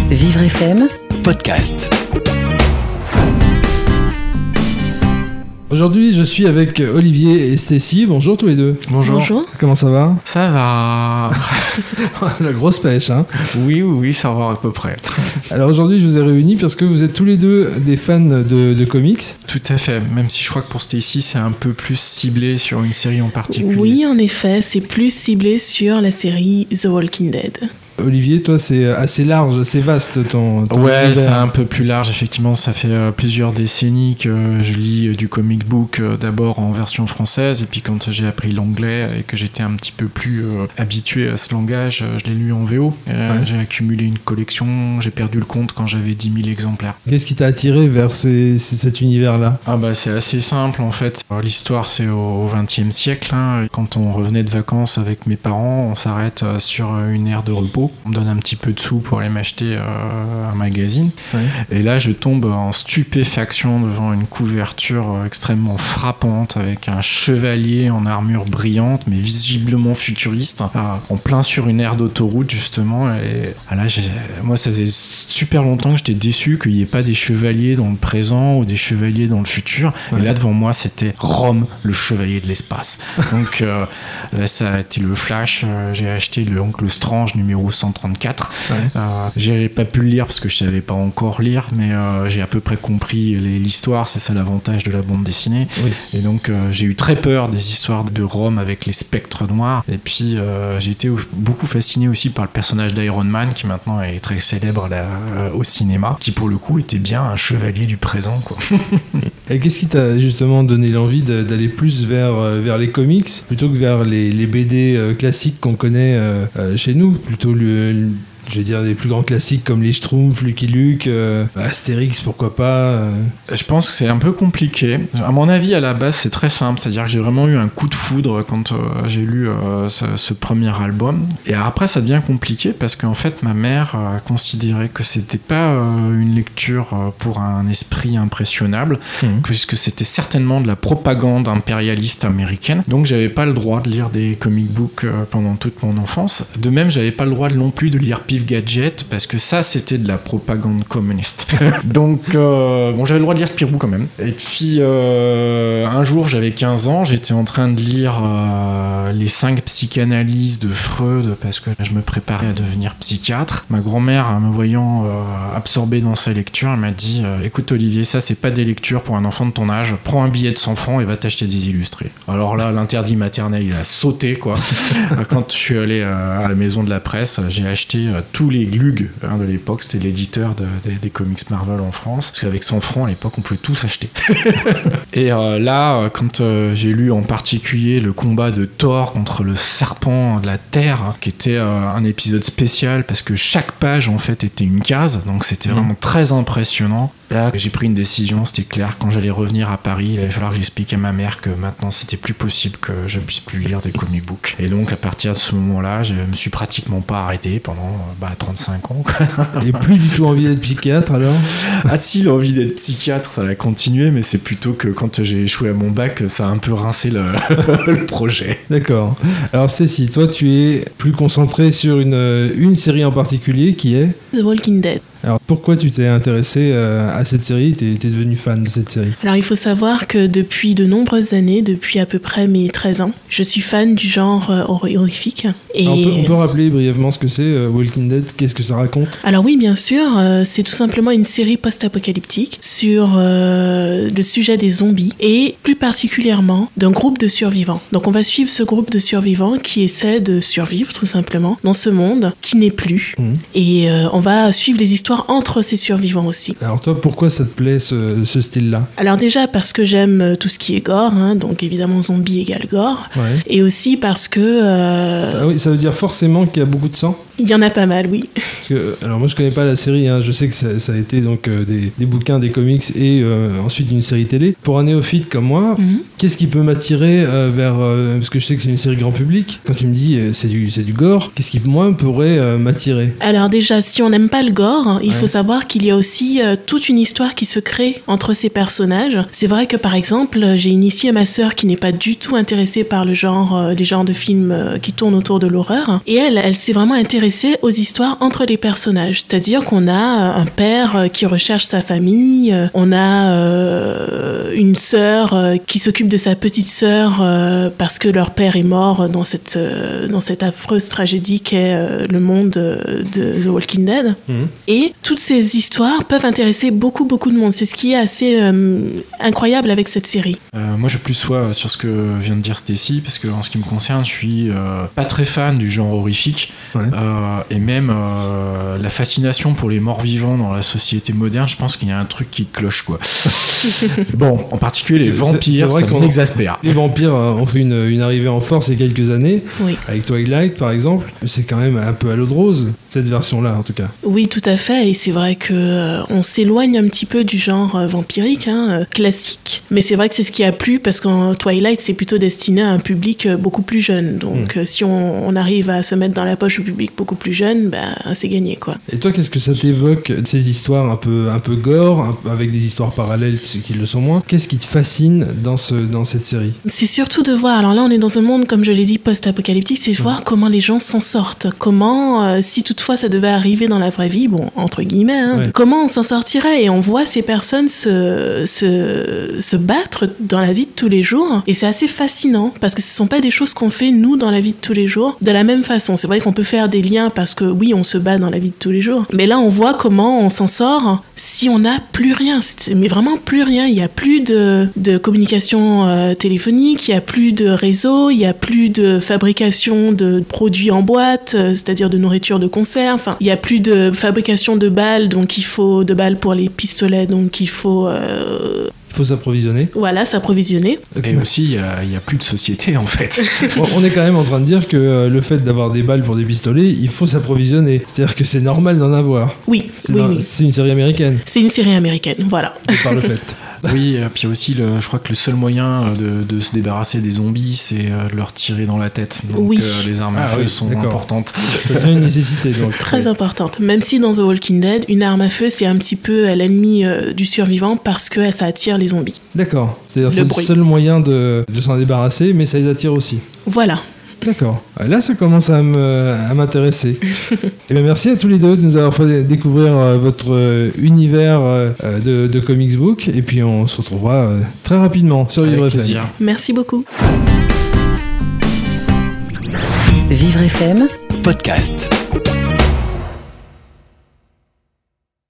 Vivre FM Podcast. Aujourd'hui, je suis avec Olivier et Stécie. Bonjour tous les deux. Bonjour. Comment ça va ? Ça va. La grosse pêche, hein ? Oui, ça va à peu près. Alors aujourd'hui, je vous ai réunis parce que vous êtes tous les deux des fans de comics. Tout à fait, même si je crois que pour Stécie, c'est un peu plus ciblé sur une série en particulier. Oui, en effet, c'est plus ciblé sur la série The Walking Dead. Olivier, toi, c'est assez large, assez vaste ton Ouais, univers. c'est un peu plus large, effectivement. Ça fait plusieurs décennies que je lis du comic book d'abord en version française, et puis quand j'ai appris l'anglais et que j'étais un petit peu plus habitué à ce langage, je l'ai lu en VO. J'ai accumulé une collection, j'ai perdu le compte quand j'avais 10 000 exemplaires. Qu'est-ce qui t'a attiré vers cet univers-là ? C'est assez simple en fait. L'histoire, c'est au XXe siècle. Quand on revenait de vacances avec mes parents, on s'arrête sur une aire de repos. On me donne un petit peu de sous pour aller m'acheter un magazine. Ouais. Et là, je tombe en stupéfaction devant une couverture extrêmement frappante avec un chevalier en armure brillante, mais visiblement futuriste, en plein sur une aire d'autoroute, justement. Et là, moi, ça faisait super longtemps que j'étais déçu qu'il n'y ait pas des chevaliers dans le présent ou des chevaliers dans le futur. Ouais. Et là, devant moi, c'était Rome, le chevalier de l'espace. Donc, là, ça a été le flash. J'ai acheté le Strange numéro 134. Ouais. J'ai pas pu le lire parce que je savais pas encore lire, mais j'ai à peu près compris l'histoire. C'est ça l'avantage de la bande dessinée. Oui. Et donc j'ai eu très peur des histoires de Rome avec les spectres noirs. Et puis j'ai été beaucoup fasciné aussi par le personnage d'Iron Man, qui maintenant est très célèbre au cinéma, qui pour le coup était bien un chevalier du présent, quoi. Et qu'est-ce qui t'a justement donné l'envie d'aller plus vers les comics plutôt que vers les BD classiques qu'on connaît chez nous, plutôt je vais dire des plus grands classiques comme les Schtroumpfs, Lucky Luke, Astérix, pourquoi pas. Je pense que c'est un peu compliqué. À mon avis, à la base, c'est très simple. C'est-à-dire que j'ai vraiment eu un coup de foudre quand j'ai lu ce premier album. Et après, ça devient compliqué parce qu'en fait, ma mère considérait que c'était pas une lecture pour un esprit impressionnable, puisque c'était certainement de la propagande impérialiste américaine. Donc, j'avais pas le droit de lire des comic books pendant toute mon enfance. De même, j'avais pas le droit non plus de lire Pif Gadget, parce que ça, c'était de la propagande communiste. Donc, j'avais le droit de lire Spirou quand même. Et puis, un jour, j'avais 15 ans, j'étais en train de lire les 5 psychanalyses de Freud, parce que je me préparais à devenir psychiatre. Ma grand-mère, me voyant absorbé dans sa lecture, elle m'a dit « Écoute Olivier, ça, c'est pas des lectures pour un enfant de ton âge. Prends un billet de 100 francs et va t'acheter des illustrés. » Alors là, l'interdit maternel, il a sauté, quoi. Quand je suis allé à la maison de la presse, j'ai acheté tous les Glug de l'époque. C'était l'éditeur des comics Marvel en France, parce qu'avec 100 francs à l'époque on pouvait tous acheter. Et là, quand j'ai lu en particulier le combat de Thor contre le serpent de la terre, qui était un épisode spécial parce que chaque page en fait était une case, donc c'était vraiment très impressionnant. Là, j'ai pris une décision, c'était clair. Quand j'allais revenir à Paris, il allait falloir que j'explique à ma mère que maintenant c'était plus possible que je puisse plus lire des comic books. Et donc à partir de ce moment-là, je me suis pratiquement pas arrêté pendant 35 ans. Et plus du tout envie d'être psychiatre alors ? Ah si, l'envie d'être psychiatre, ça a continué, mais c'est plutôt que quand j'ai échoué à mon bac, ça a un peu rincé le projet. D'accord. Alors Stécie, toi tu es plus concentré sur une série en particulier qui est The Walking Dead. Alors pourquoi tu t'es intéressé à cette série ? T'es devenu fan de cette série ? Alors il faut savoir que depuis de nombreuses années, depuis à peu près mes 13 ans, je suis fan du genre horrifique. Et alors, on peut rappeler brièvement ce que c'est Walking Dead ? Qu'est-ce que ça raconte ? Alors oui, bien sûr, c'est tout simplement une série post-apocalyptique sur le sujet des zombies et plus particulièrement d'un groupe de survivants. Donc on va suivre ce groupe de survivants qui essaie de survivre tout simplement dans ce monde qui n'est plus. Et on va suivre les histoires entre ces survivants aussi. Alors toi, pourquoi ça te plaît ce style-là ? Alors déjà parce que j'aime tout ce qui est gore, donc évidemment zombie égale gore, ouais. Et aussi parce que... Ça veut dire forcément qu'il y a beaucoup de sang ? Il y en a pas mal, oui. Parce que, alors moi je connais pas la série, je sais que ça a été donc des bouquins, des comics et ensuite une série télé. Pour un néophyte comme moi, qu'est-ce qui peut m'attirer vers... parce que je sais que c'est une série grand public. Quand tu me dis c'est du gore, qu'est-ce qui moi pourrait m'attirer ? Alors déjà, si on n'aime pas le gore, Non, il faut savoir qu'il y a aussi toute une histoire qui se crée entre ces personnages. C'est vrai que par exemple, j'ai initié ma sœur qui n'est pas du tout intéressée par les genres de films qui tournent autour de l'horreur. Et elle s'est vraiment intéressée aux histoires entre les personnages. C'est-à-dire qu'on a un père qui recherche sa famille, on a une sœur qui s'occupe de sa petite sœur parce que leur père est mort dans cette affreuse tragédie qu'est le monde de The Walking Dead. Et toutes ces histoires peuvent intéresser beaucoup de monde. C'est ce qui est assez incroyable avec cette série. Moi, je plus sois sur ce que vient de dire Stacy, parce que en ce qui me concerne, je suis pas très fan du genre horrifique, et même la fascination pour les morts vivants dans la société moderne, je pense qu'il y a un truc qui cloche, quoi. Bon, en particulier les vampires, ça m'exaspère. Les vampires ont fait une arrivée en force il y a quelques années, avec Twilight par exemple. C'est quand même un peu à l'eau de rose, cette version-là en tout cas. Oui, tout à fait, et c'est vrai que on s'éloigne un petit peu du genre vampirique, classique. Mais c'est vrai que c'est ce qui a plu, parce qu'en Twilight, c'est plutôt destiné à un public beaucoup plus jeune. Donc si on arrive à se mettre dans la poche du public beaucoup plus jeune, c'est gagné, quoi. Et toi, qu'est-ce que ça t'évoque, ces histoires un peu gore, avec des histoires parallèles qui le sont moins? Qu'est-ce qui te fascine dans cette série? C'est surtout de voir, alors là on est dans un monde, comme je l'ai dit, post-apocalyptique, c'est de voir comment les gens s'en sortent. Comment, si toutefois ça devait arriver dans la vraie vie, bon, entre guillemets, comment on s'en sortirait? Et on voit ces personnes se battre dans la vie de tous les jours. Et c'est assez fascinant, parce que ce ne sont pas des choses qu'on fait, nous, dans la vie de tous les jours, de la même façon. C'est vrai qu'on peut faire des liens, parce que oui, on se bat dans la vie de tous les jours. Mais là, on voit comment on s'en sort si on n'a plus rien. Mais vraiment plus rien. Il n'y a plus de communication téléphonique, il n'y a plus de réseau, il n'y a plus de fabrication de produits en boîte, c'est-à-dire de nourriture de conserve. Enfin, il n'y a plus de fabrication de balles, donc il faut de balles pour les pistolets, donc il faut s'approvisionner. Voilà, s'approvisionner. Et aussi, il n'y a plus de société, en fait. On est quand même en train de dire que le fait d'avoir des balles pour des pistolets, il faut s'approvisionner. C'est-à-dire que c'est normal d'en avoir. Oui. C'est une série américaine. C'est une série américaine, voilà. Par le fait. Oui, puis aussi, je crois que le seul moyen de se débarrasser des zombies, c'est de leur tirer dans la tête. Donc les armes à feu sont importantes. Ça devient une nécessité. Donc. Très importante. Même si dans The Walking Dead, une arme à feu, c'est un petit peu l'ennemi du survivant, parce que ça attire les zombies. D'accord. C'est-à-dire c'est le seul moyen de s'en débarrasser, mais ça les attire aussi. Voilà. D'accord. Là, ça commence à m'intéresser. Et bien, merci à tous les deux de nous avoir fait découvrir votre univers de Comics Book. Et puis, on se retrouvera très rapidement sur Vivre FM. Merci beaucoup. Vivre FM Podcast.